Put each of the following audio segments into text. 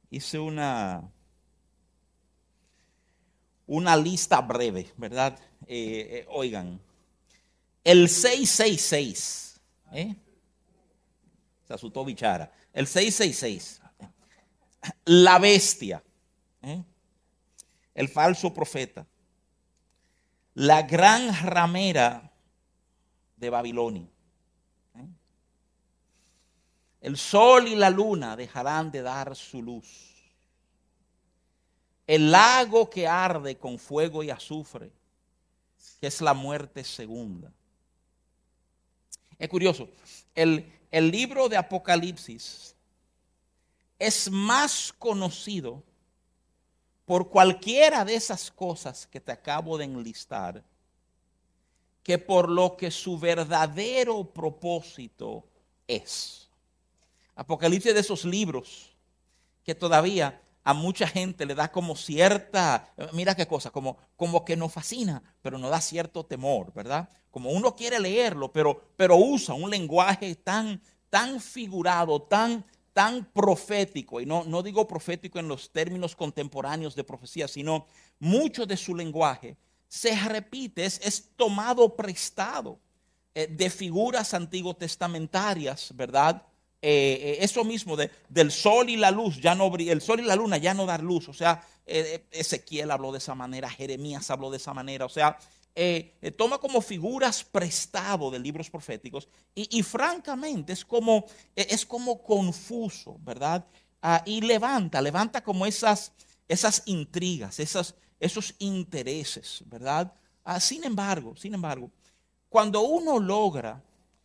hice una lista breve, ¿verdad? Oigan, el 666, ¿eh? Se asustó Bichara. El 666, la bestia, ¿eh? El falso profeta, la gran ramera de Babilonia. ¿Eh? El sol y la luna dejarán de dar su luz. El lago que arde con fuego y azufre, que es la muerte segunda. Es curioso, el libro de Apocalipsis es más conocido por cualquiera de esas cosas que te acabo de enlistar que por lo que su verdadero propósito es. Apocalipsis de esos libros que todavía a mucha gente le da como cierta, mira qué cosa, como que nos fascina, pero nos da cierto temor, ¿verdad? Como uno quiere leerlo, pero usa un lenguaje tan figurado, tan profético, y no digo profético en los términos contemporáneos de profecía, sino mucho de su lenguaje se repite, es tomado prestado de figuras antiguo testamentarias, ¿verdad? Eso mismo del sol y la luz, ya no el sol y la luna ya no dar luz, o sea, Ezequiel habló de esa manera, Jeremías habló de esa manera, o sea, toma como figuras prestado de libros proféticos y francamente es como confuso, ¿verdad? Y levanta como esas intrigas, esos intereses, ¿verdad? Sin embargo, cuando uno logra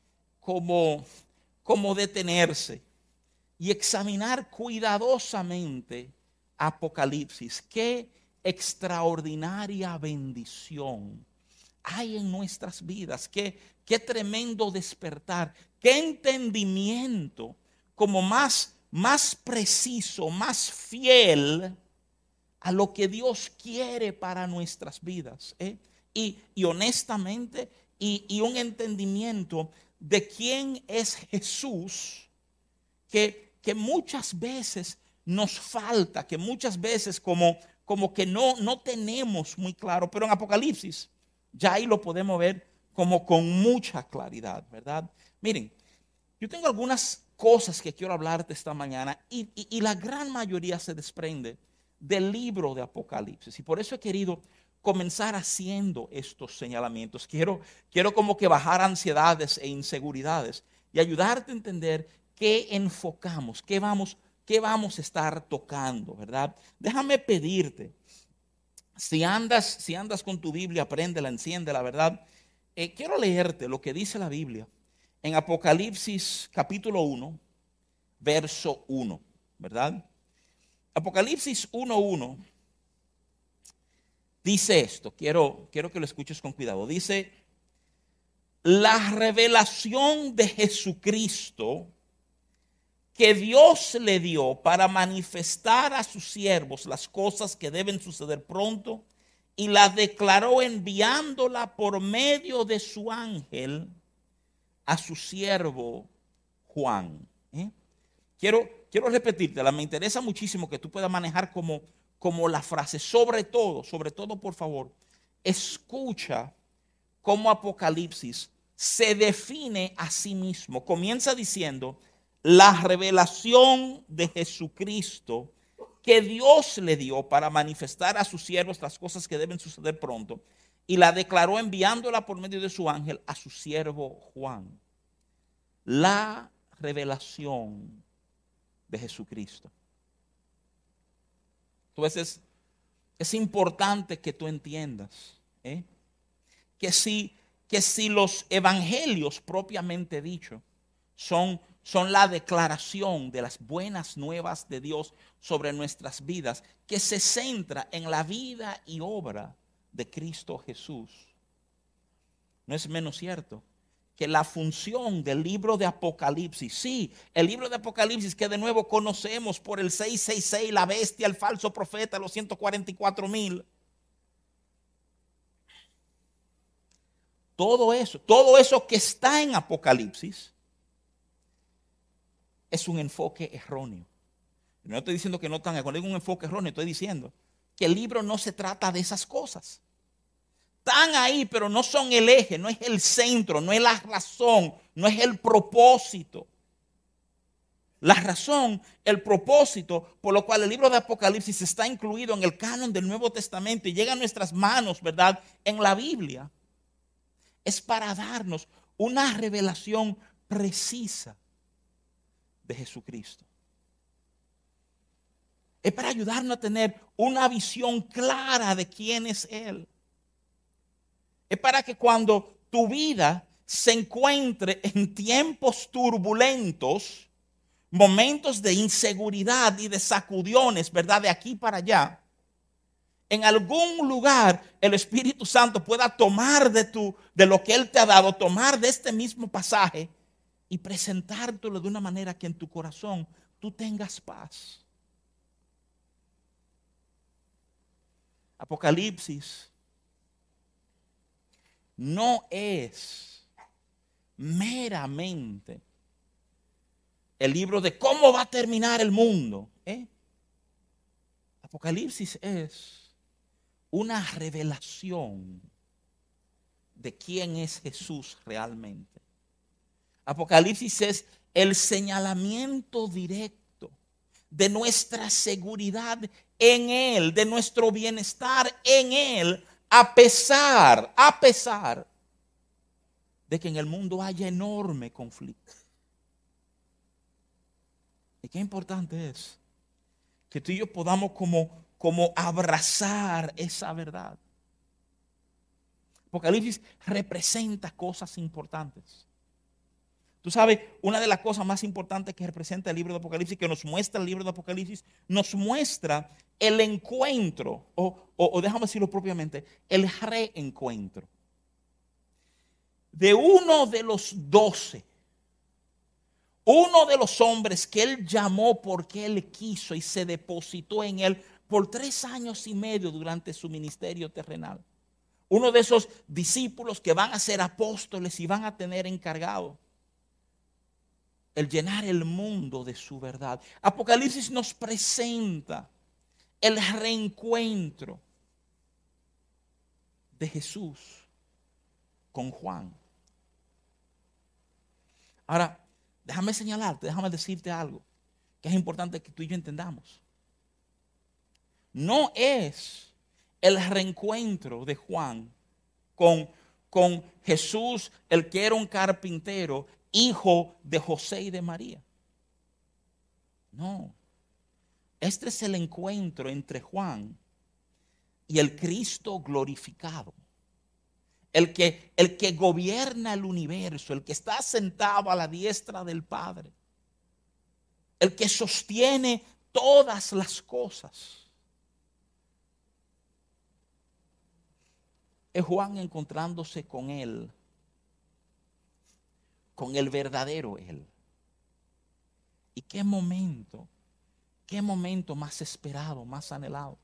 como, como detenerse y examinar cuidadosamente Apocalipsis, qué extraordinaria bendición hay en nuestras vidas, qué tremendo despertar, qué entendimiento como más preciso, más fiel a lo que Dios quiere para nuestras vidas. Y honestamente, y un entendimiento de quién es Jesús, que muchas veces nos falta, que muchas veces como que no tenemos muy claro, pero en Apocalipsis ya ahí lo podemos ver como con mucha claridad, ¿verdad? Miren, yo tengo algunas cosas que quiero hablarte esta mañana y la gran mayoría se desprende del libro de Apocalipsis. Y por eso he querido comenzar haciendo estos señalamientos. Quiero como que bajar ansiedades e inseguridades y ayudarte a entender qué enfocamos, qué vamos a estar tocando, ¿verdad? Déjame pedirte, si andas con tu Biblia, préndela, enciéndela, ¿verdad? Quiero leerte lo que dice la Biblia en Apocalipsis capítulo 1, verso 1, ¿verdad? Apocalipsis 1:1 dice esto, quiero que lo escuches con cuidado. Dice, la revelación de Jesucristo que Dios le dio para manifestar a sus siervos las cosas que deben suceder pronto y la declaró enviándola por medio de su ángel a su siervo Juan. ¿Eh? Quiero repetírtela, me interesa muchísimo que tú puedas manejar como la frase, sobre todo, por favor, escucha cómo Apocalipsis se define a sí mismo. Comienza diciendo, la revelación de Jesucristo que Dios le dio para manifestar a sus siervos las cosas que deben suceder pronto, y la declaró enviándola por medio de su ángel a su siervo Juan. La revelación de Jesucristo. Entonces, es importante que tú entiendas que si los evangelios propiamente dicho son la declaración de las buenas nuevas de Dios sobre nuestras vidas, que se centra en la vida y obra de Cristo Jesús, no es menos cierto que la función del libro de Apocalipsis, sí, el libro de Apocalipsis que de nuevo conocemos por el 666, la bestia, el falso profeta, los 144,000, todo eso que está en Apocalipsis es un enfoque erróneo. No estoy diciendo que no están con un enfoque erróneo, estoy diciendo que el libro no se trata de esas cosas. Están ahí, pero no son el eje, no es el centro, no es la razón, no es el propósito. La razón, el propósito por lo cual el libro de Apocalipsis está incluido en el canon del Nuevo Testamento y llega a nuestras manos, ¿verdad?, en la Biblia, es para darnos una revelación precisa de Jesucristo. Es para ayudarnos a tener una visión clara de quién es Él. Es para que cuando tu vida se encuentre en tiempos turbulentos, momentos de inseguridad y de sacudiones, ¿verdad?, de aquí para allá, en algún lugar el Espíritu Santo pueda tomar de lo que Él te ha dado, tomar de este mismo pasaje y presentártelo de una manera que en tu corazón tú tengas paz. Apocalipsis no es meramente el libro de cómo va a terminar el mundo. Apocalipsis es una revelación de quién es Jesús realmente. Apocalipsis es el señalamiento directo de nuestra seguridad en Él, de nuestro bienestar en Él, a pesar de que en el mundo haya enorme conflicto. Y qué importante es que tú y yo podamos como abrazar esa verdad. Apocalipsis representa cosas importantes. Tú sabes, una de las cosas más importantes que representa el libro de Apocalipsis, que nos muestra el libro de Apocalipsis, nos muestra el encuentro, o déjame decirlo propiamente, el reencuentro de uno de los 12, uno de los hombres que Él llamó porque Él quiso y se depositó en Él por 3 años y medio durante su ministerio terrenal. Uno de esos discípulos que van a ser apóstoles y van a tener encargado el llenar el mundo de su verdad. Apocalipsis nos presenta el reencuentro de Jesús con Juan. Ahora, déjame señalarte, déjame decirte algo que es importante que tú y yo entendamos. No es el reencuentro de Juan con Jesús, el que era un carpintero, hijo de José y de María. No. Este es el encuentro entre Juan y el Cristo glorificado. El que gobierna el universo, el que está sentado a la diestra del Padre. El que sostiene todas las cosas. Es Juan encontrándose con Él, con el verdadero Él. Y qué momento más esperado, más anhelado.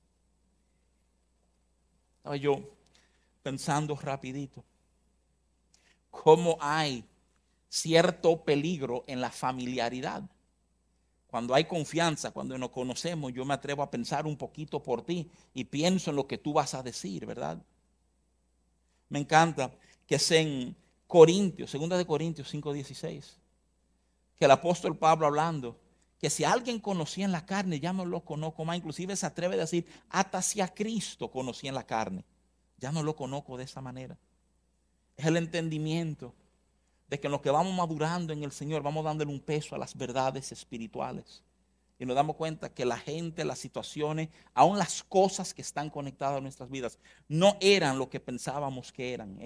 Estaba yo pensando rapidito cómo hay cierto peligro en la familiaridad. Cuando hay confianza, cuando nos conocemos, yo me atrevo a pensar un poquito por ti y pienso en lo que tú vas a decir, ¿verdad? Me encanta que es en Corintios, 2 Corintios 5:16, que el apóstol Pablo hablando, que si alguien conocía en la carne, ya no lo conozco más. Inclusive se atreve a decir, hasta si a Cristo conocía en la carne, ya no lo conozco de esa manera. Es el entendimiento de que en lo que vamos madurando en el Señor, vamos dándole un peso a las verdades espirituales. Y nos damos cuenta que la gente, las situaciones, aún las cosas que están conectadas a nuestras vidas, no eran lo que pensábamos que eran.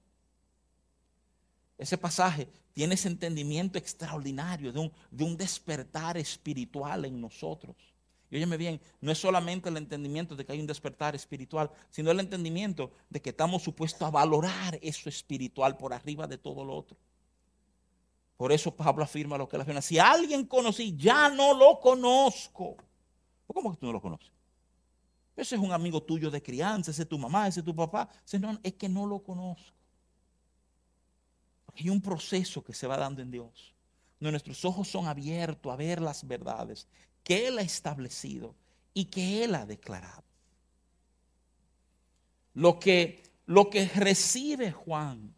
Ese pasaje tiene ese entendimiento extraordinario de un despertar espiritual en nosotros. Y óyeme bien, no es solamente el entendimiento de que hay un despertar espiritual, sino el entendimiento de que estamos supuestos a valorar eso espiritual por arriba de todo lo otro. Por eso Pablo afirma lo que él afirma. Si alguien conocí, ya no lo conozco. ¿Cómo que tú no lo conoces? Ese es un amigo tuyo de crianza, ese es tu mamá, ese es tu papá. No, es que no lo conozco. Hay un proceso que se va dando en Dios. Nuestros ojos son abiertos a ver las verdades que Él ha establecido y que Él ha declarado. Lo que recibe Juan,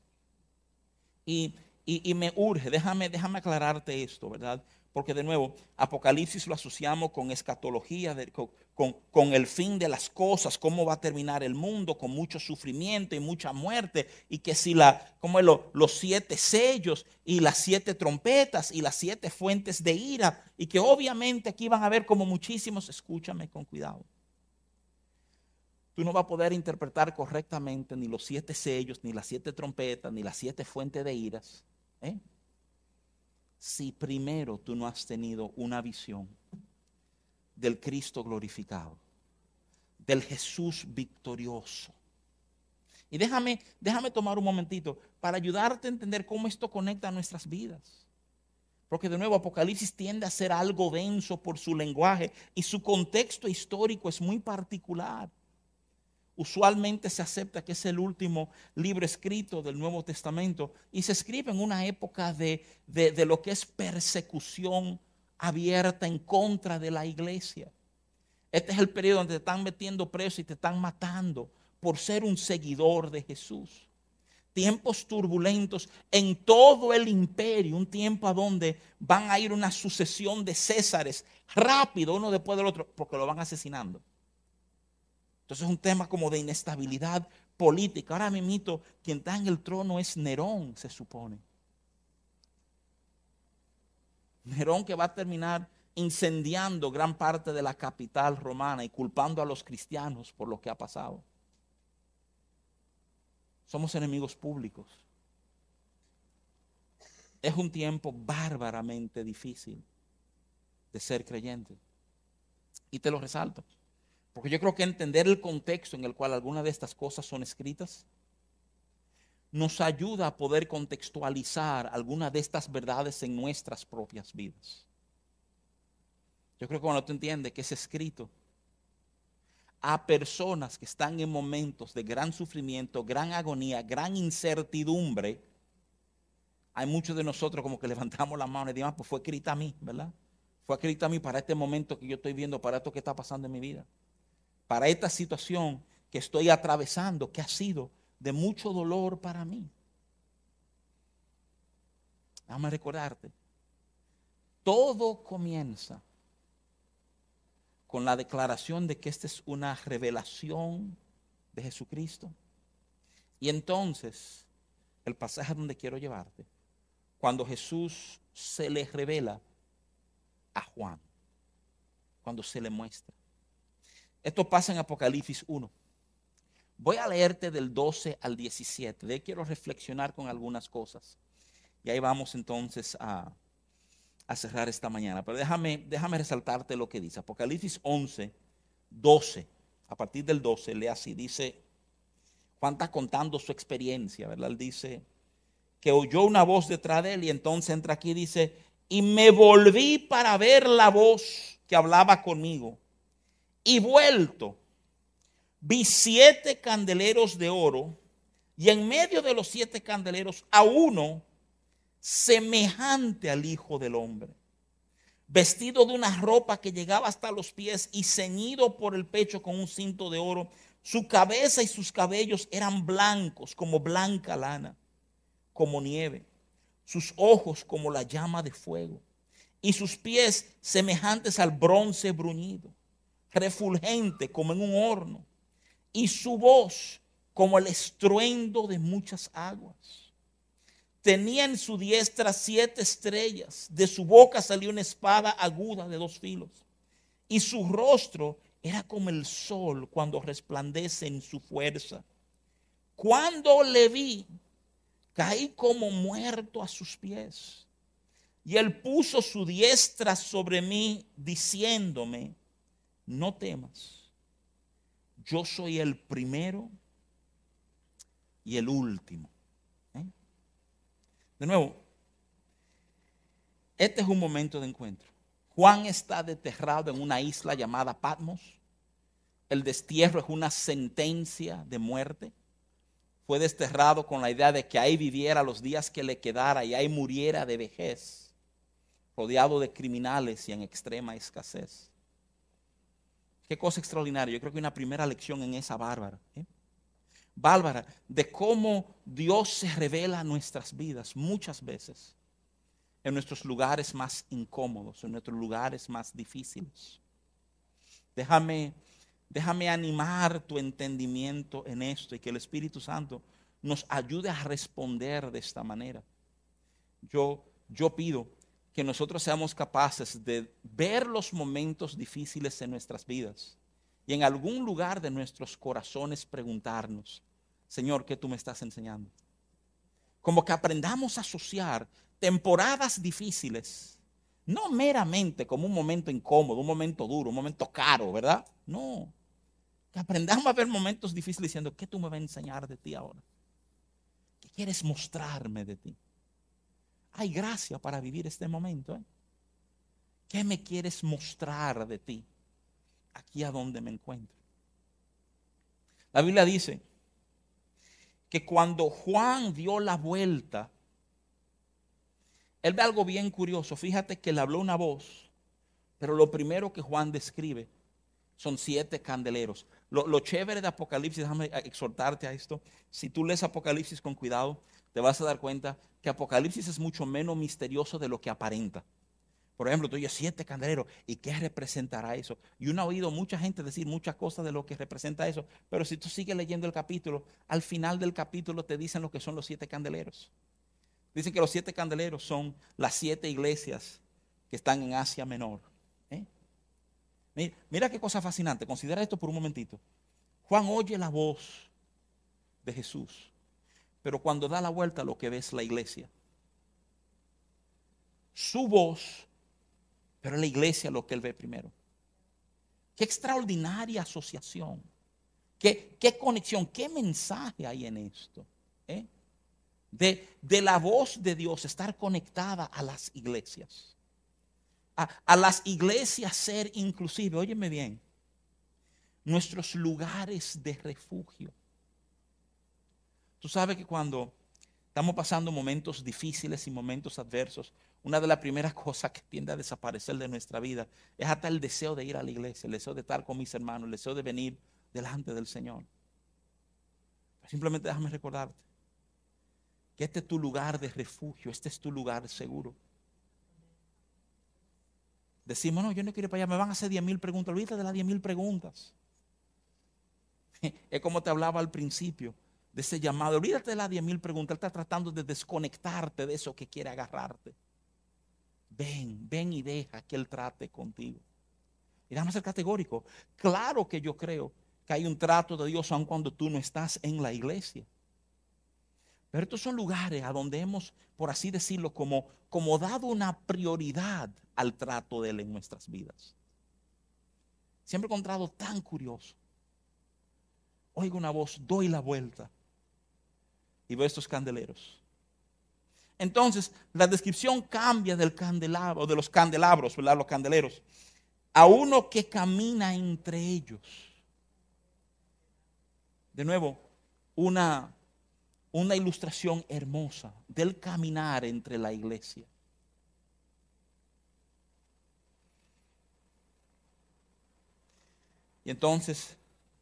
y me urge, déjame aclararte esto, ¿verdad? Porque de nuevo, Apocalipsis lo asociamos con escatología, con el fin de las cosas, cómo va a terminar el mundo, con mucho sufrimiento y mucha muerte, y que si como los 7 sellos y las 7 trompetas y las 7 fuentes de ira, y que obviamente aquí van a haber como muchísimos, escúchame con cuidado. Tú no vas a poder interpretar correctamente ni los 7 sellos, ni las 7 trompetas, ni las 7 fuentes de iras, si primero tú no has tenido una visión del Cristo glorificado, del Jesús victorioso. Y déjame tomar un momentito para ayudarte a entender cómo esto conecta a nuestras vidas. Porque de nuevo Apocalipsis tiende a ser algo denso por su lenguaje y su contexto histórico es muy particular. Usualmente se acepta que es el último libro escrito del Nuevo Testamento y se escribe en una época de lo que es persecución abierta en contra de la iglesia. Este es el periodo donde te están metiendo preso y te están matando por ser un seguidor de Jesús. Tiempos turbulentos en todo el imperio, un tiempo a donde van a ir una sucesión de césares rápido uno después del otro porque lo van asesinando. Entonces es un tema como de inestabilidad política. Ahora mismo quien está en el trono es Nerón, se supone. Nerón que va a terminar incendiando gran parte de la capital romana y culpando a los cristianos por lo que ha pasado. Somos enemigos públicos. Es un tiempo bárbaramente difícil de ser creyente. Y te lo resalto. Porque yo creo que entender el contexto en el cual algunas de estas cosas son escritas nos ayuda a poder contextualizar algunas de estas verdades en nuestras propias vidas. Yo creo que cuando tú entiendes que es escrito a personas que están en momentos de gran sufrimiento, gran agonía, gran incertidumbre, hay muchos de nosotros como que levantamos la mano y decimos, pues fue escrita a mí, ¿verdad? Fue escrita a mí para este momento que yo estoy viendo, para esto que está pasando en mi vida. Para esta situación que estoy atravesando, que ha sido de mucho dolor para mí. Déjame recordarte, todo comienza con la declaración de que esta es una revelación de Jesucristo. Y entonces, el pasaje donde quiero llevarte, cuando Jesús se le revela a Juan, cuando se le muestra. Esto pasa en Apocalipsis 1. Voy a leerte del 12 al 17. De ahí quiero reflexionar con algunas cosas. Y ahí vamos entonces a cerrar esta mañana. Pero déjame resaltarte lo que dice. Apocalipsis 11, 12. A partir del 12, lee así. Dice, Juan está contando su experiencia, ¿verdad? Él dice que oyó una voz detrás de él y entonces entra aquí y dice, y me volví para ver la voz que hablaba conmigo. Y vuelto, vi 7 candeleros de oro y en medio de los 7 candeleros a uno semejante al Hijo del Hombre, vestido de una ropa que llegaba hasta los pies y ceñido por el pecho con un cinto de oro. Su cabeza y sus cabellos eran blancos como blanca lana, como nieve. Sus ojos como la llama de fuego y sus pies semejantes al bronce bruñido, refulgente como en un horno, y su voz como el estruendo de muchas aguas. Tenía en su diestra 7 estrellas, de su boca salió una espada aguda de 2 filos, y su rostro era como el sol cuando resplandece en su fuerza. Cuando le vi, caí como muerto a sus pies. Y él puso su diestra sobre mí, diciéndome, no temas, yo soy el primero y el último. De nuevo, este es un momento de encuentro. Juan está desterrado en una isla llamada Patmos. El destierro es una sentencia de muerte. Fue desterrado con la idea de que ahí viviera los días que le quedara y ahí muriera de vejez. rodeado de criminales y en extrema escasez. Qué cosa extraordinaria. Yo creo que hay una primera lección en esa Bárbara, de cómo Dios se revela a nuestras vidas muchas veces en nuestros lugares más incómodos, en nuestros lugares más difíciles. Déjame animar tu entendimiento en esto y que el Espíritu Santo nos ayude a responder de esta manera. Yo pido que nosotros seamos capaces de ver los momentos difíciles en nuestras vidas y en algún lugar de nuestros corazones preguntarnos, Señor, ¿qué tú me estás enseñando? Como que aprendamos a asociar temporadas difíciles, no meramente como un momento incómodo, un momento duro, un momento caro, ¿verdad? No, que aprendamos a ver momentos difíciles diciendo, ¿qué tú me vas a enseñar de ti ahora? ¿Qué quieres mostrarme de ti? Hay gracia para vivir este momento. ¿Qué me quieres mostrar de ti aquí a donde me encuentro? La Biblia dice que cuando Juan dio la vuelta, él ve algo bien curioso. Fíjate que le habló una voz, pero lo primero que Juan describe son 7 candeleros. Lo chévere de Apocalipsis, déjame exhortarte a esto. Si tú lees Apocalipsis con cuidado, te vas a dar cuenta que Apocalipsis es mucho menos misterioso de lo que aparenta. Por ejemplo, tú oyes 7 candeleros. ¿Y qué representará eso? Y uno ha oído mucha gente decir muchas cosas de lo que representa eso. Pero si tú sigues leyendo el capítulo, al final del capítulo te dicen lo que son los 7 candeleros. Dicen que los 7 candeleros son las 7 iglesias que están en Asia Menor. Mira qué cosa fascinante. Considera esto por un momentito. Juan oye la voz de Jesús, pero cuando da la vuelta lo que ve es la iglesia. Su voz, pero es la iglesia lo que él ve primero. Qué extraordinaria asociación. Qué conexión, qué mensaje hay en esto. De la voz de Dios estar conectada a las iglesias. A las iglesias ser inclusive, óyeme bien, nuestros lugares de refugio. Tú sabes que cuando estamos pasando momentos difíciles y momentos adversos, una de las primeras cosas que tiende a desaparecer de nuestra vida es hasta el deseo de ir a la iglesia, el deseo de estar con mis hermanos, el deseo de venir delante del Señor. Simplemente déjame recordarte que este es tu lugar de refugio, este es tu lugar seguro. Decimos, no, yo no quiero ir para allá, me van a hacer 10,000 preguntas. Olvídate de las 10,000 preguntas. Es como te hablaba al principio de ese llamado. Olvídate de las 10,000 preguntas. Él está tratando de desconectarte de eso que quiere agarrarte. Ven y deja que Él trate contigo. Y déjame ser categórico. Claro que yo creo que hay un trato de Dios aun cuando tú no estás en la iglesia. Pero estos son lugares a donde hemos, por así decirlo, como dado una prioridad al trato de Él en nuestras vidas. Siempre he encontrado tan curioso. Oigo una voz, doy la vuelta y veo estos candeleros. Entonces, la descripción cambia del candelabro, de los candelabros, ¿verdad? Los candeleros, a uno que camina entre ellos. De nuevo, una ilustración hermosa del caminar entre la iglesia. Y entonces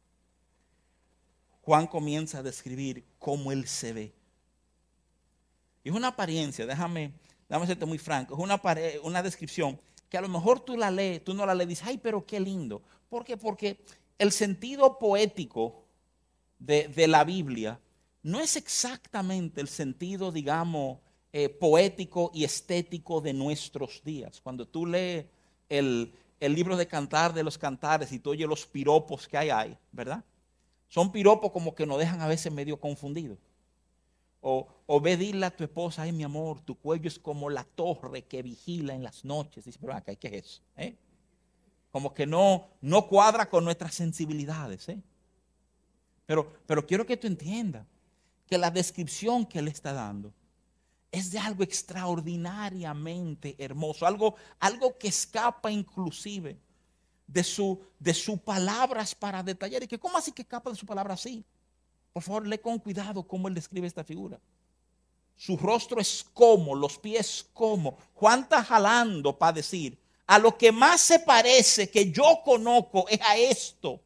Juan comienza a describir cómo él se ve. Y es una apariencia, déjame serte muy franco, es una descripción que a lo mejor tú la lees, tú no la lees y dices, ay, pero qué lindo. ¿Por qué? Porque el sentido poético de la Biblia no es exactamente el sentido, digamos, poético y estético de nuestros días. Cuando tú lees el libro de Cantar de los Cantares y tú oyes los piropos que hay, ¿verdad? Son piropos como que nos dejan a veces medio confundidos. O ve dile a tu esposa, ay mi amor, tu cuello es como la torre que vigila en las noches. Dice, pero acá, ¿qué es eso? Como que no cuadra con nuestras sensibilidades. Pero quiero que tú entiendas que la descripción que él está dando es de algo extraordinariamente hermoso, algo que escapa inclusive de sus palabras para detallar. Y que, ¿cómo así que escapa de su palabra así? Por favor, lee con cuidado cómo él describe esta figura. su rostro es como, los pies como. Juan está jalando para decir, a lo que más se parece que yo conozco es a esto.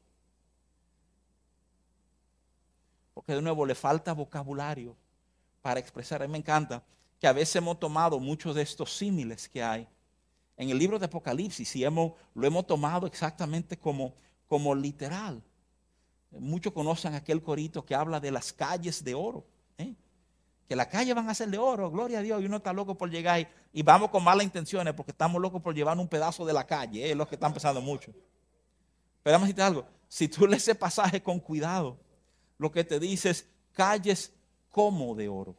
Porque de nuevo le falta vocabulario para expresar. A mí me encanta que a veces hemos tomado muchos de estos símiles que hay en el libro de Apocalipsis y lo hemos tomado exactamente como literal. Muchos conocen aquel corito que habla de las calles de oro, que las calles van a ser de oro, gloria a Dios, y uno está loco por llegar y vamos con malas intenciones porque estamos locos por llevar un pedazo de la calle, es lo que están pensando mucho. Pero vamos a decirte algo, si tú lees ese pasaje con cuidado, lo que te dice es calles como de oro.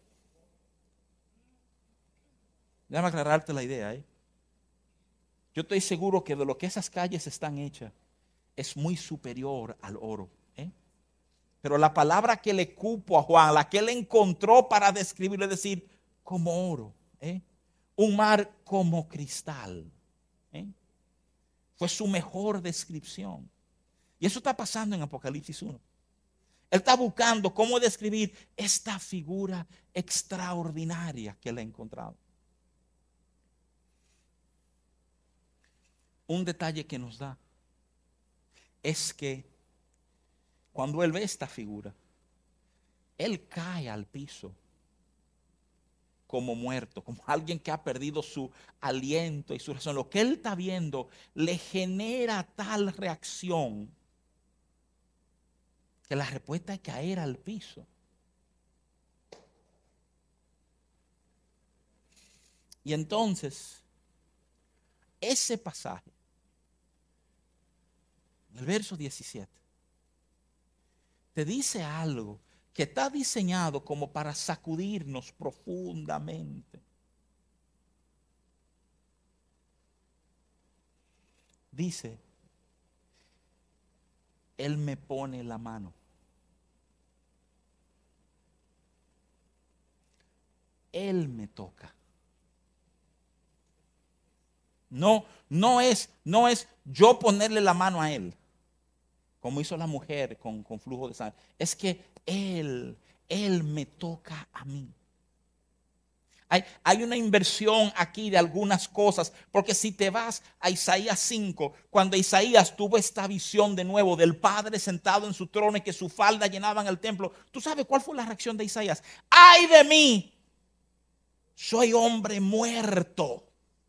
Déjame aclararte la idea. Yo estoy seguro que de lo que esas calles están hechas es muy superior al oro. Pero la palabra que le cupo a Juan, la que él encontró para describirlo, es decir, como oro. Un mar como cristal. Fue su mejor descripción. Y eso está pasando en Apocalipsis 1. Él está buscando cómo describir esta figura extraordinaria que él ha encontrado. Un detalle que nos da es que cuando él ve esta figura, él cae al piso como muerto, como alguien que ha perdido su aliento y su razón. Lo que él está viendo le genera tal reacción que la respuesta es caer al piso. Y entonces, ese pasaje, en el verso 17, te dice algo que está diseñado como para sacudirnos profundamente. Dice, Él me pone la mano. Él me toca. No es yo ponerle la mano a Él, como hizo la mujer con flujo de sangre. Es que Él me toca a mí. Hay una inversión aquí de algunas cosas, porque si te vas a Isaías 5, cuando Isaías tuvo esta visión de nuevo del Padre sentado en su trono y que su falda llenaban el templo, ¿tú sabes cuál fue la reacción de Isaías? ¡Ay de mí! Soy hombre muerto.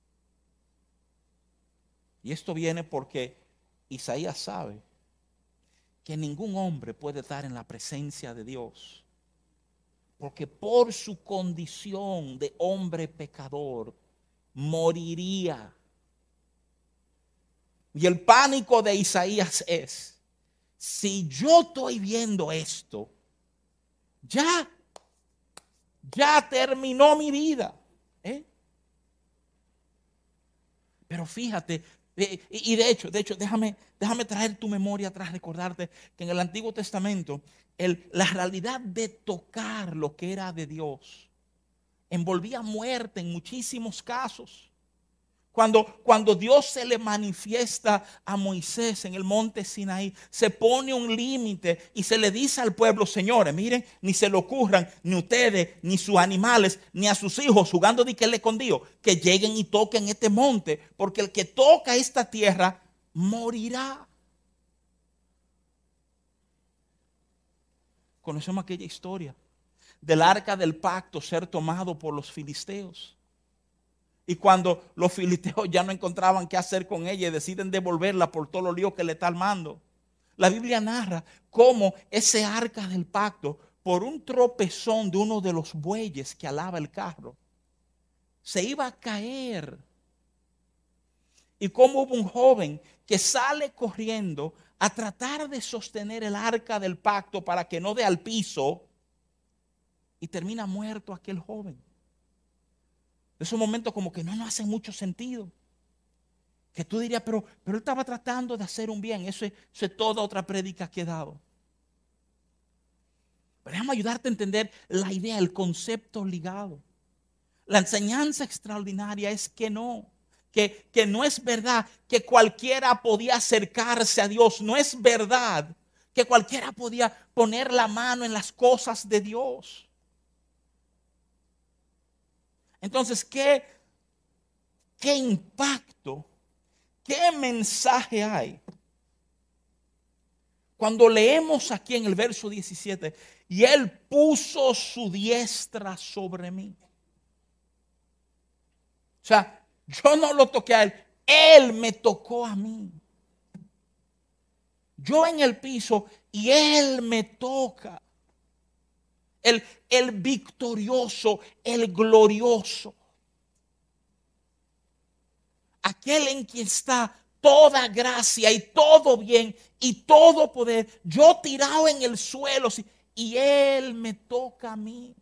Y esto viene porque Isaías sabe que ningún hombre puede estar en la presencia de Dios, porque por su condición de hombre pecador moriría. Y el pánico de Isaías es, si yo estoy viendo esto, ya terminó mi vida. Pero fíjate, y de hecho, déjame traer tu memoria atrás, recordarte que en el Antiguo Testamento, la realidad de tocar lo que era de Dios envolvía muerte en muchísimos casos. Cuando Dios se le manifiesta a Moisés en el monte Sinaí, se pone un límite y se le dice al pueblo, señores, miren, ni se le ocurran, ni ustedes, ni sus animales, ni a sus hijos, jugando de que él escondió, que lleguen y toquen este monte, porque el que toca esta tierra morirá. Conocemos aquella historia del arca del pacto ser tomado por los filisteos. Y cuando los filisteos ya no encontraban qué hacer con ella y deciden devolverla por todos los líos que le está armando, la Biblia narra cómo ese arca del pacto, por un tropezón de uno de los bueyes que alaba el carro, se iba a caer. Y cómo hubo un joven que sale corriendo a tratar de sostener el arca del pacto para que no dé al piso, y termina muerto aquel joven. Esos momentos como que no nos hacen mucho sentido. Que tú dirías, pero él estaba tratando de hacer un bien. Eso es toda otra prédica que he dado. Pero déjame ayudarte a entender la idea, el concepto ligado. La enseñanza extraordinaria es que no es verdad que cualquiera podía acercarse a Dios. No es verdad que cualquiera podía poner la mano en las cosas de Dios. Entonces, ¿qué impacto, qué mensaje hay cuando leemos aquí en el verso 17, y Él puso su diestra sobre mí? O sea, yo no lo toqué a Él, Él me tocó a mí. Yo en el piso y Él me toca. El victorioso, el glorioso. Aquel en quien está toda gracia y todo bien y todo poder. Yo tirado en el suelo y Él me toca a mí.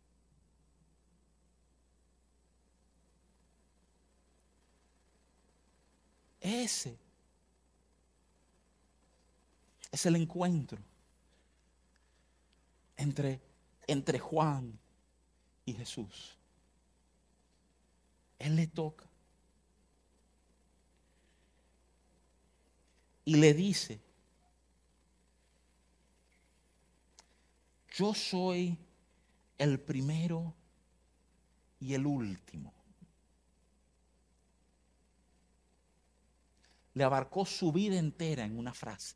Ese es el encuentro entre Juan y Jesús. Él le toca y le dice: yo soy el primero y el último. Le abarcó su vida entera en una frase.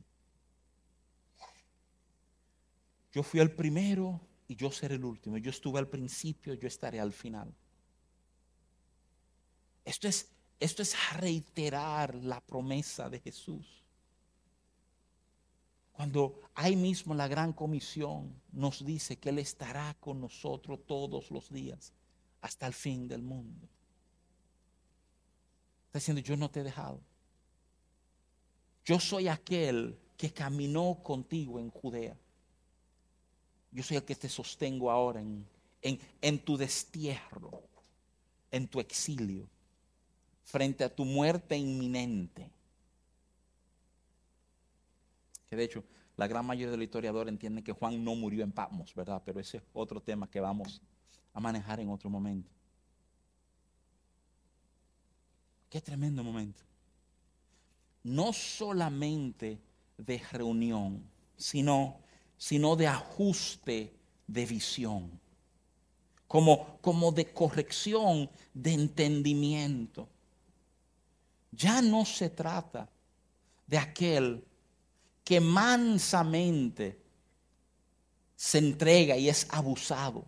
Yo fui el primero y yo seré el último. Yo estuve al principio, yo estaré al final. Esto es reiterar la promesa de Jesús. Cuando ahí mismo la gran comisión nos dice que Él estará con nosotros todos los días hasta el fin del mundo. Está diciendo: yo no te he dejado. Yo soy aquel que caminó contigo en Judea. Yo soy el que te sostengo ahora en tu destierro, en tu exilio, frente a tu muerte inminente. Que de hecho, la gran mayoría de los historiadores entienden que Juan no murió en Patmos, ¿verdad? Pero ese es otro tema que vamos a manejar en otro momento. Qué tremendo momento. No solamente de reunión, sino de ajuste de visión, como de corrección de entendimiento. Ya no se trata de aquel que mansamente se entrega y es abusado.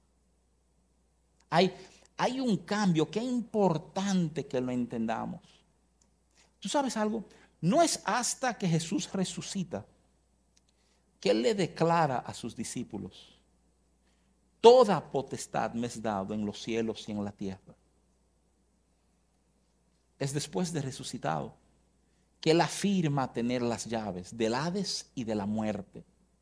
Hay un cambio que es importante que lo entendamos. ¿Tú sabes algo? No es hasta que Jesús resucita que Él le declara a sus discípulos: toda potestad me es dado en los cielos y en la tierra. Es después de resucitado que Él afirma tener las llaves del Hades y de la muerte.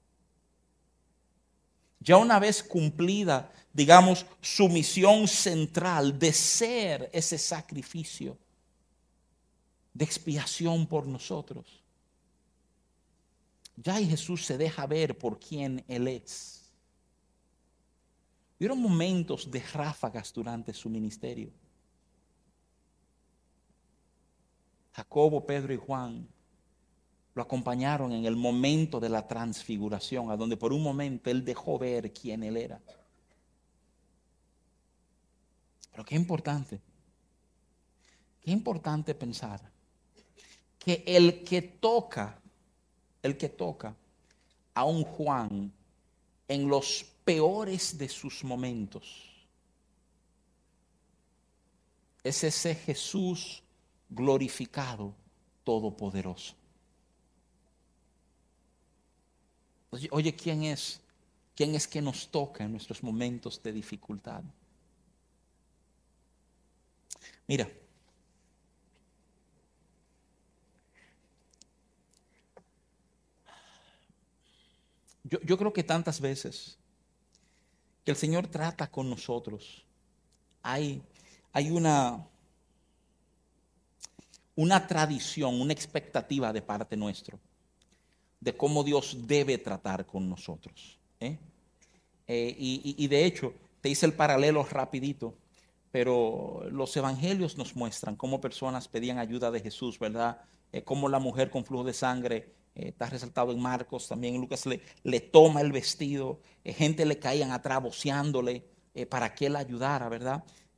Ya una vez cumplida, digamos, su misión central de ser ese sacrificio de expiación por nosotros, ya Jesús se deja ver por quién Él es. Hubieron momentos de ráfagas durante su ministerio. Jacobo, Pedro y Juan lo acompañaron en el momento de la transfiguración, a donde por un momento Él dejó ver quién Él era. Pero qué importante pensar que el que toca a un Juan en los peores de sus momentos es ese Jesús glorificado, todopoderoso. Oye, ¿quién es que nos toca en nuestros momentos de dificultad? Mira, yo creo que tantas veces que el Señor trata con nosotros, hay una tradición, una expectativa de parte nuestra de cómo Dios debe tratar con nosotros. Y de hecho, te hice el paralelo rapidito, pero los evangelios nos muestran cómo personas pedían ayuda de Jesús, ¿verdad? Cómo la mujer con flujo de sangre, está resaltado en Marcos, también en Lucas le toma el vestido, gente le caían atrás voceándole para que él ayudara, ¿verdad?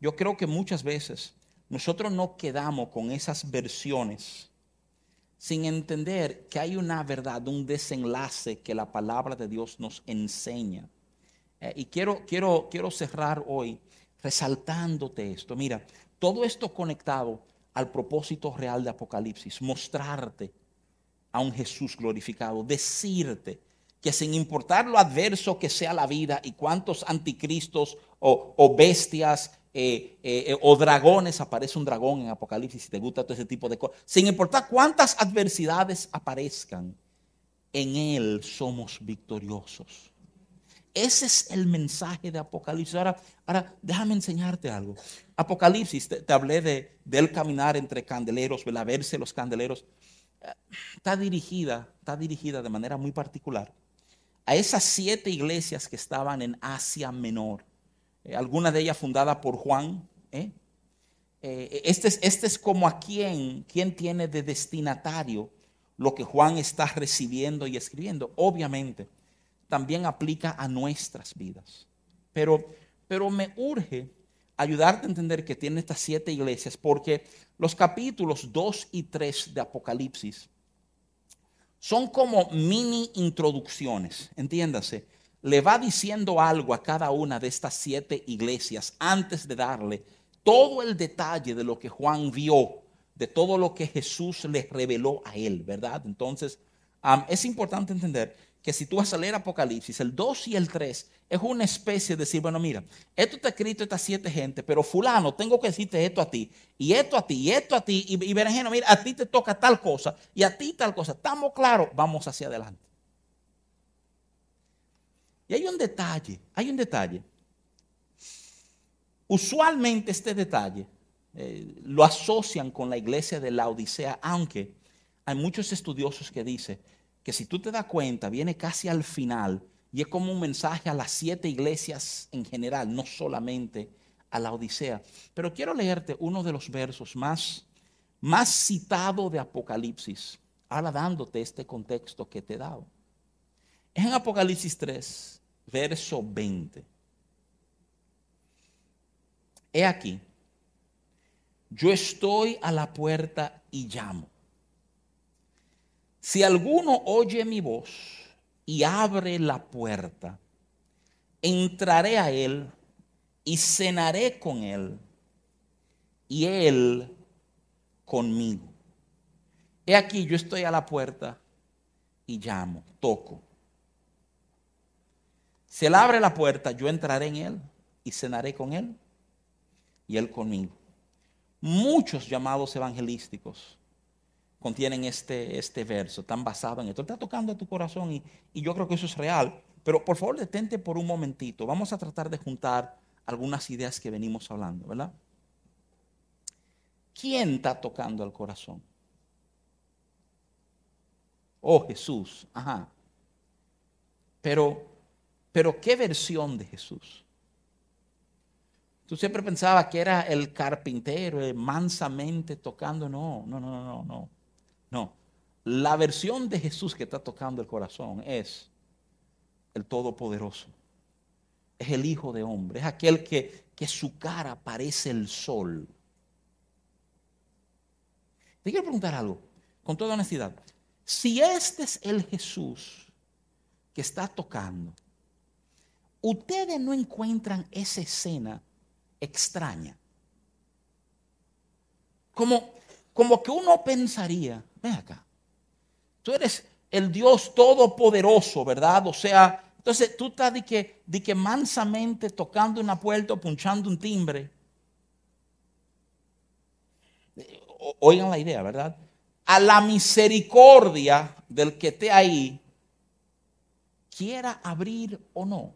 yo creo que muchas veces nosotros nos quedamos con esas versiones sin entender que hay una verdad, un desenlace que la palabra de Dios nos enseña. Y quiero cerrar hoy resaltándote esto. Mira, todo esto conectado al propósito real de Apocalipsis, mostrarte a un Jesús glorificado, decirte que sin importar lo adverso que sea la vida y cuántos anticristos o bestias o dragones, aparece un dragón en Apocalipsis si te gusta todo ese tipo de cosas, sin importar cuántas adversidades aparezcan, en Él somos victoriosos. Ese es el mensaje de Apocalipsis. Ahora déjame enseñarte algo. Apocalipsis, te hablé del caminar entre candeleros, ¿verdad? Verse los candeleros. Está dirigida de manera muy particular a esas 7 iglesias que estaban en Asia Menor. Algunas de ellas fundadas por Juan. Este es como a quien tiene de destinatario lo que Juan está recibiendo y escribiendo. Obviamente, también aplica a nuestras vidas. Pero me urge ayudarte a entender que tiene estas 7 iglesias, porque los capítulos 2 y 3 de Apocalipsis son como mini introducciones, entiéndase. Le va diciendo algo a cada una de estas 7 iglesias antes de darle todo el detalle de lo que Juan vio, de todo lo que Jesús les reveló a él, ¿verdad? Entonces, es importante entender que si tú vas a leer Apocalipsis, el 2 y el 3 es una especie de decir, bueno, mira, esto está escrito a estas 7 gente, pero fulano, tengo que decirte esto a ti, y esto a ti, y esto a ti, y berenjeno, mira, a ti te toca tal cosa, y a ti tal cosa. ¿Estamos claros? Vamos hacia adelante. Y hay un detalle. Usualmente este detalle lo asocian con la iglesia de Laodicea, aunque hay muchos estudiosos que dicen que si tú te das cuenta, viene casi al final y es como un mensaje a las 7 iglesias en general, no solamente a la Odisea. Pero quiero leerte uno de los versos más citado de Apocalipsis, ahora dándote este contexto que te he dado. Es en Apocalipsis 3, verso 20. He aquí, yo estoy a la puerta y llamo. Si alguno oye mi voz y abre la puerta, entraré a él y cenaré con él y él conmigo. He aquí, yo estoy a la puerta y llamo, toco. Si él abre la puerta, yo entraré en él y cenaré con él y él conmigo. Muchos llamados evangelísticos contienen este verso, tan basado en esto. Está tocando a tu corazón y yo creo que eso es real. Pero por favor, detente por un momentito. Vamos a tratar de juntar algunas ideas que venimos hablando, ¿verdad? ¿Quién está tocando al corazón? Oh, Jesús. Ajá. Pero ¿qué versión de Jesús? Tú siempre pensabas que era el carpintero, mansamente tocando. No. No, la versión de Jesús que está tocando el corazón es el Todopoderoso. Es el Hijo de Hombre, es aquel que su cara parece el sol. Te quiero preguntar algo, con toda honestidad. Si este es el Jesús que está tocando, ustedes no encuentran esa escena extraña. Como que uno pensaría, ven acá, tú eres el Dios todopoderoso, ¿verdad? O sea, entonces tú estás de que mansamente tocando una puerta o punchando un timbre. Oigan la idea, ¿verdad? A la misericordia del que esté ahí, quiera abrir o no.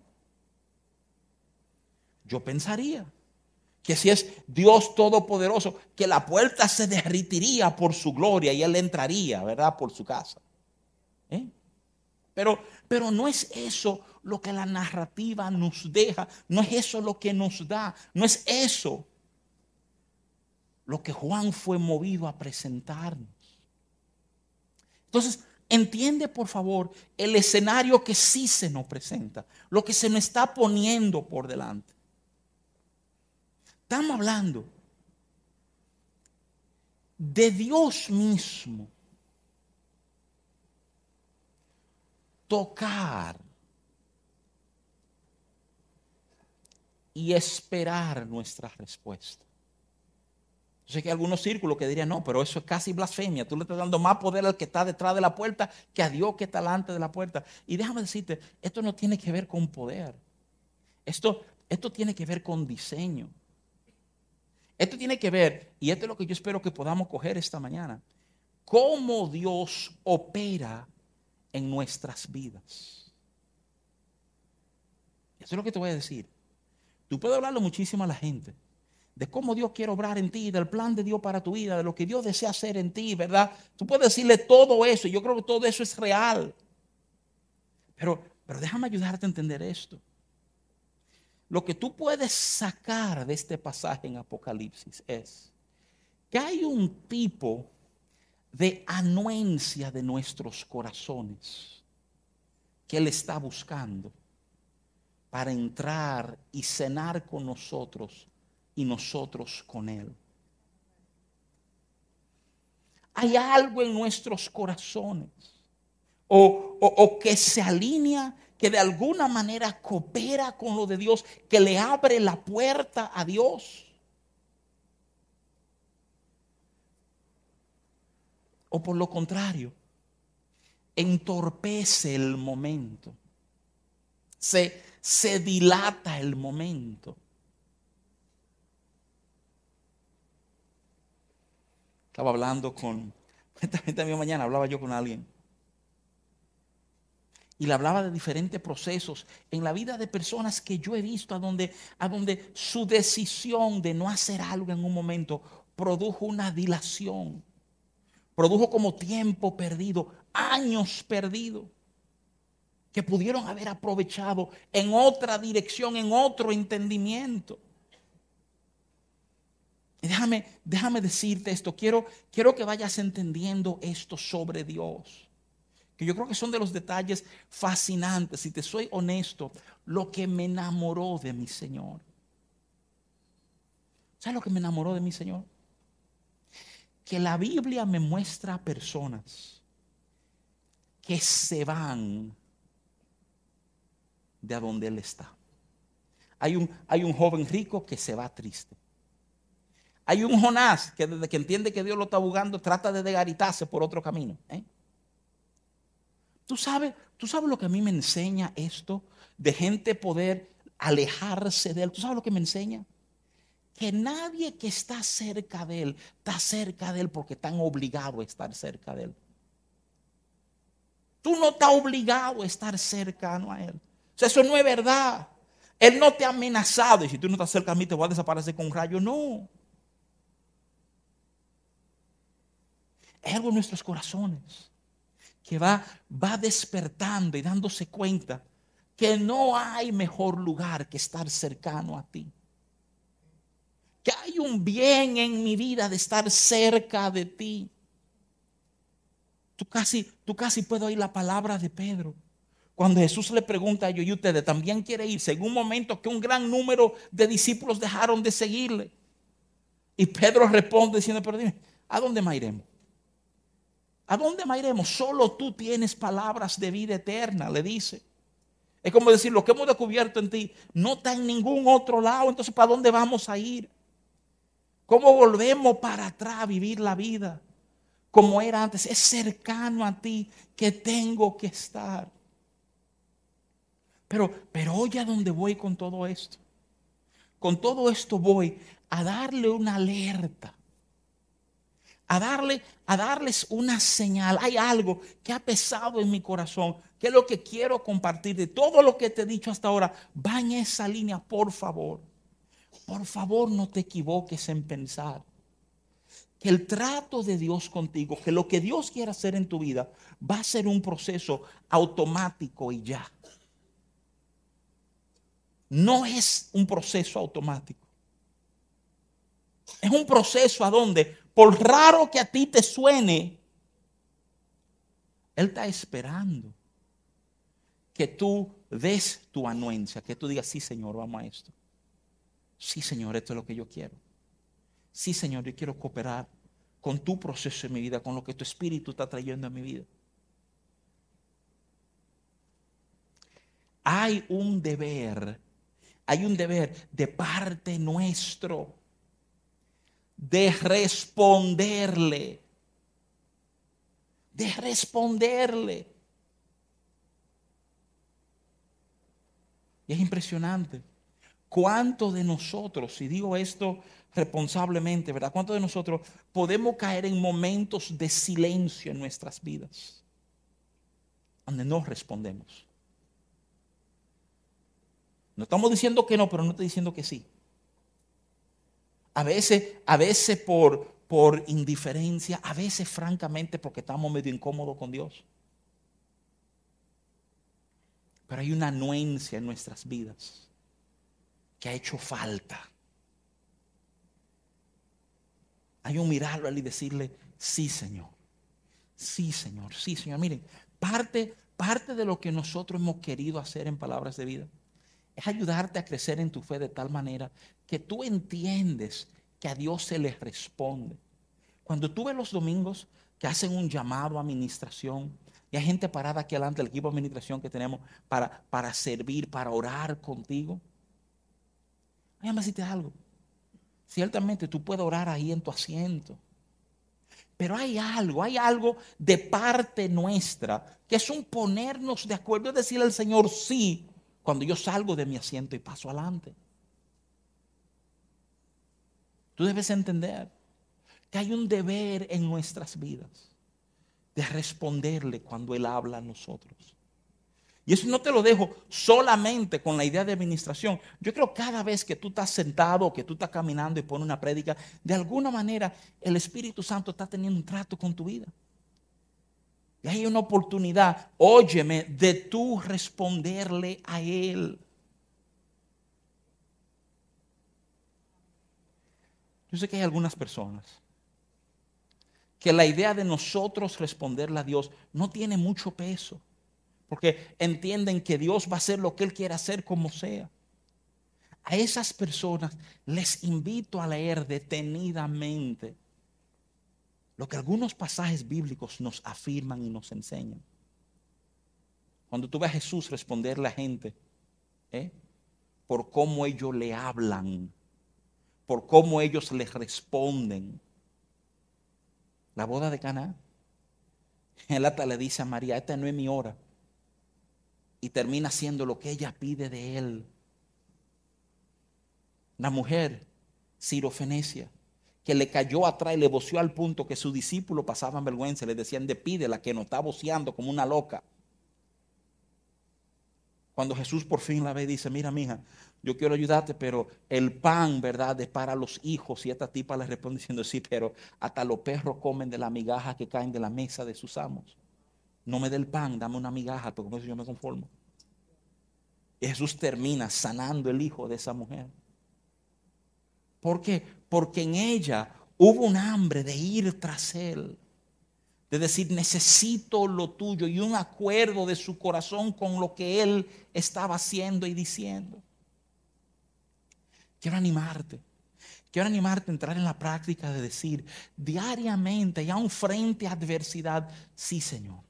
Yo pensaría que si es Dios todopoderoso, que la puerta se derritiría por su gloria y él entraría, ¿verdad? Por su casa. Pero no es eso lo que la narrativa nos deja, no es eso lo que nos da, no es eso lo que Juan fue movido a presentarnos. Entonces, entiende por favor el escenario que sí se nos presenta, lo que se nos está poniendo por delante. Estamos hablando de Dios mismo tocar y esperar nuestra respuesta. Yo sé que hay algunos círculos que dirían, no, pero eso es casi blasfemia. Tú le estás dando más poder al que está detrás de la puerta que a Dios que está delante de la puerta. Y déjame decirte, esto no tiene que ver con poder. Esto tiene que ver con diseño. Esto tiene que ver, y esto es lo que yo espero que podamos coger esta mañana, cómo Dios opera en nuestras vidas. Eso es lo que te voy a decir. Tú puedes hablarlo muchísimo a la gente, de cómo Dios quiere obrar en ti, del plan de Dios para tu vida, de lo que Dios desea hacer en ti, ¿verdad? Tú puedes decirle todo eso, y yo creo que todo eso es real. Pero déjame ayudarte a entender esto. Lo que tú puedes sacar de este pasaje en Apocalipsis es que hay un tipo de anuencia de nuestros corazones que Él está buscando para entrar y cenar con nosotros y nosotros con Él. Hay algo en nuestros corazones o que se alinea, que de alguna manera coopera con lo de Dios, que le abre la puerta a Dios. O por lo contrario, entorpece el momento. Se dilata el momento. Estaba hablando esta misma mañana hablaba yo con alguien. Y le hablaba de diferentes procesos en la vida de personas que yo he visto a donde su decisión de no hacer algo en un momento produjo una dilación. Produjo como tiempo perdido, años perdidos, que pudieron haber aprovechado en otra dirección, en otro entendimiento. Y déjame decirte esto, quiero que vayas entendiendo esto sobre Dios, que yo creo que son de los detalles fascinantes. Si te soy honesto, lo que me enamoró de mi Señor. ¿Sabes lo que me enamoró de mi Señor? Que la Biblia me muestra personas que se van de a donde Él está. Hay un joven rico que se va triste. Hay un Jonás que desde que entiende que Dios lo está buscando trata de degaritarse por otro camino. ¿Tú sabes lo que a mí me enseña esto de gente poder alejarse de Él? ¿Tú sabes lo que me enseña? Que nadie que está cerca de Él está cerca de Él porque están obligados a estar cerca de Él. Tú no estás obligado a estar cercano a Él. O sea, eso no es verdad. Él no te ha amenazado y si tú no estás cerca a mí te voy a desaparecer con un rayo. No. Es algo en nuestros corazones que va despertando y dándose cuenta que no hay mejor lugar que estar cercano a ti. Que hay un bien en mi vida de estar cerca de ti. Tú casi puedes oír la palabra de Pedro. Cuando Jesús le pregunta a ellos, ¿y ustedes también quieren irse? En un momento que un gran número de discípulos dejaron de seguirle. Y Pedro responde diciendo, pero dime, ¿a dónde más iremos? ¿A dónde más iremos? Solo tú tienes palabras de vida eterna, le dice. Es como decir, lo que hemos descubierto en ti no está en ningún otro lado. Entonces, ¿para dónde vamos a ir? ¿Cómo volvemos para atrás a vivir la vida como era antes? Es cercano a ti que tengo que estar. Pero oye a dónde voy con todo esto. Con todo esto voy a darle una alerta. A darles una señal. Hay algo que ha pesado en mi corazón, que es lo que quiero compartir. De todo lo que te he dicho hasta ahora, va en esa línea, por favor. Por favor, no te equivoques en pensar que el trato de Dios contigo, que lo que Dios quiere hacer en tu vida, va a ser un proceso automático y ya. No es un proceso automático. Es un proceso a donde, por raro que a ti te suene, Él está esperando que tú des tu anuencia, que tú digas, sí, Señor, vamos a esto. Sí, Señor, esto es lo que yo quiero. Sí, Señor, yo quiero cooperar con tu proceso en mi vida, con lo que tu Espíritu está trayendo a mi vida. Hay un deber de parte nuestro de responderle, de responderle. Y es impresionante cuántos de nosotros, y digo esto responsablemente, ¿verdad? ¿Cuántos de nosotros podemos caer en momentos de silencio en nuestras vidas donde no respondemos? No estamos diciendo que no, pero no estoy diciendo que sí. A veces por indiferencia, a veces francamente porque estamos medio incómodos con Dios. Pero hay una anuencia en nuestras vidas que ha hecho falta. Hay un mirarlo a él y decirle, sí, Señor. Sí, Señor. Sí, Señor. Miren, parte de lo que nosotros hemos querido hacer en Palabras de Vida es ayudarte a crecer en tu fe de tal manera que tú entiendes que a Dios se le responde. Cuando tú ves los domingos que hacen un llamado a administración y hay gente parada aquí delante del equipo de administración que tenemos para servir, para orar contigo, déjame decirte algo. Ciertamente tú puedes orar ahí en tu asiento. Pero hay algo de parte nuestra que es un ponernos de acuerdo, es decirle al Señor sí cuando yo salgo de mi asiento y paso adelante. Tú debes entender que hay un deber en nuestras vidas de responderle cuando Él habla a nosotros. Y eso no te lo dejo solamente con la idea de administración. Yo creo que cada vez que tú estás sentado, que tú estás caminando y pones una prédica, de alguna manera el Espíritu Santo está teniendo un trato con tu vida. Y hay una oportunidad, óyeme, de tú responderle a Él. Yo sé que hay algunas personas que la idea de nosotros responderle a Dios no tiene mucho peso. Porque entienden que Dios va a hacer lo que Él quiera hacer como sea. A esas personas les invito a leer detenidamente lo que algunos pasajes bíblicos nos afirman y nos enseñan. Cuando tú ves a Jesús responderle a la gente, por cómo ellos le hablan, por cómo ellos le responden. La boda de Caná, él hasta le dice a María, esta no es mi hora. Y termina haciendo lo que ella pide de él. La mujer, Sirofenicia, que le cayó atrás y le voció al punto que sus discípulos pasaban vergüenza, le decían, despídela que no está voceando como una loca. Cuando Jesús por fin la ve y dice, mira mija, yo quiero ayudarte, pero el pan, ¿verdad?, es para los hijos. Y esta tipa le responde diciendo, sí, pero hasta los perros comen de la migaja que caen de la mesa de sus amos. No me dé el pan, dame una migaja, porque con eso yo me conformo. Y Jesús termina sanando el hijo de esa mujer. ¿Por qué? Porque en ella hubo un hambre de ir tras él. De decir, necesito lo tuyo. Y un acuerdo de su corazón con lo que él estaba haciendo y diciendo. Quiero animarte. Quiero animarte a entrar en la práctica de decir diariamente y aún frente a adversidad, sí, Señor.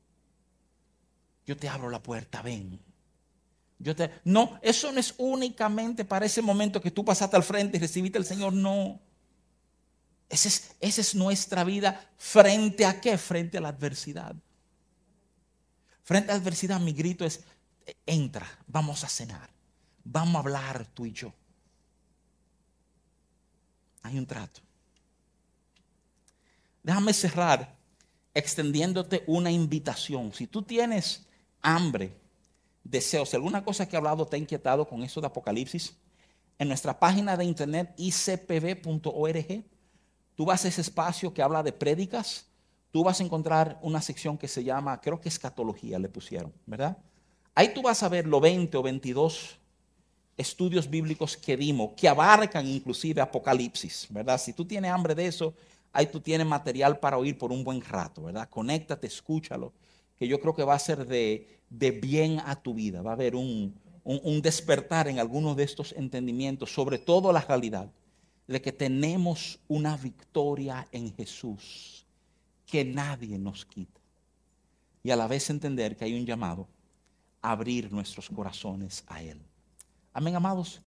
Yo te abro la puerta, ven. No, eso no es únicamente para ese momento que tú pasaste al frente y recibiste al Señor, no. Esa es nuestra vida frente a qué? Frente a la adversidad. Frente a la adversidad mi grito es, entra, vamos a cenar, vamos a hablar tú y yo. Hay un trato. Déjame cerrar extendiéndote una invitación. Si tú tienes hambre, deseos, si alguna cosa que he hablado te ha inquietado con eso de Apocalipsis, en nuestra página de internet icpb.org, tú vas a ese espacio que habla de prédicas, tú vas a encontrar una sección que se llama, creo que escatología le pusieron, ¿verdad? Ahí tú vas a ver los 20 o 22 estudios bíblicos que dimos, que abarcan inclusive Apocalipsis, ¿verdad? Si tú tienes hambre de eso, ahí tú tienes material para oír por un buen rato, ¿verdad? Conéctate, escúchalo, que yo creo que va a ser de bien a tu vida. Va a haber un un despertar en algunos de estos entendimientos, sobre todo la realidad de que tenemos una victoria en Jesús que nadie nos quita. Y a la vez entender que hay un llamado a abrir nuestros corazones a Él. Amén, amados.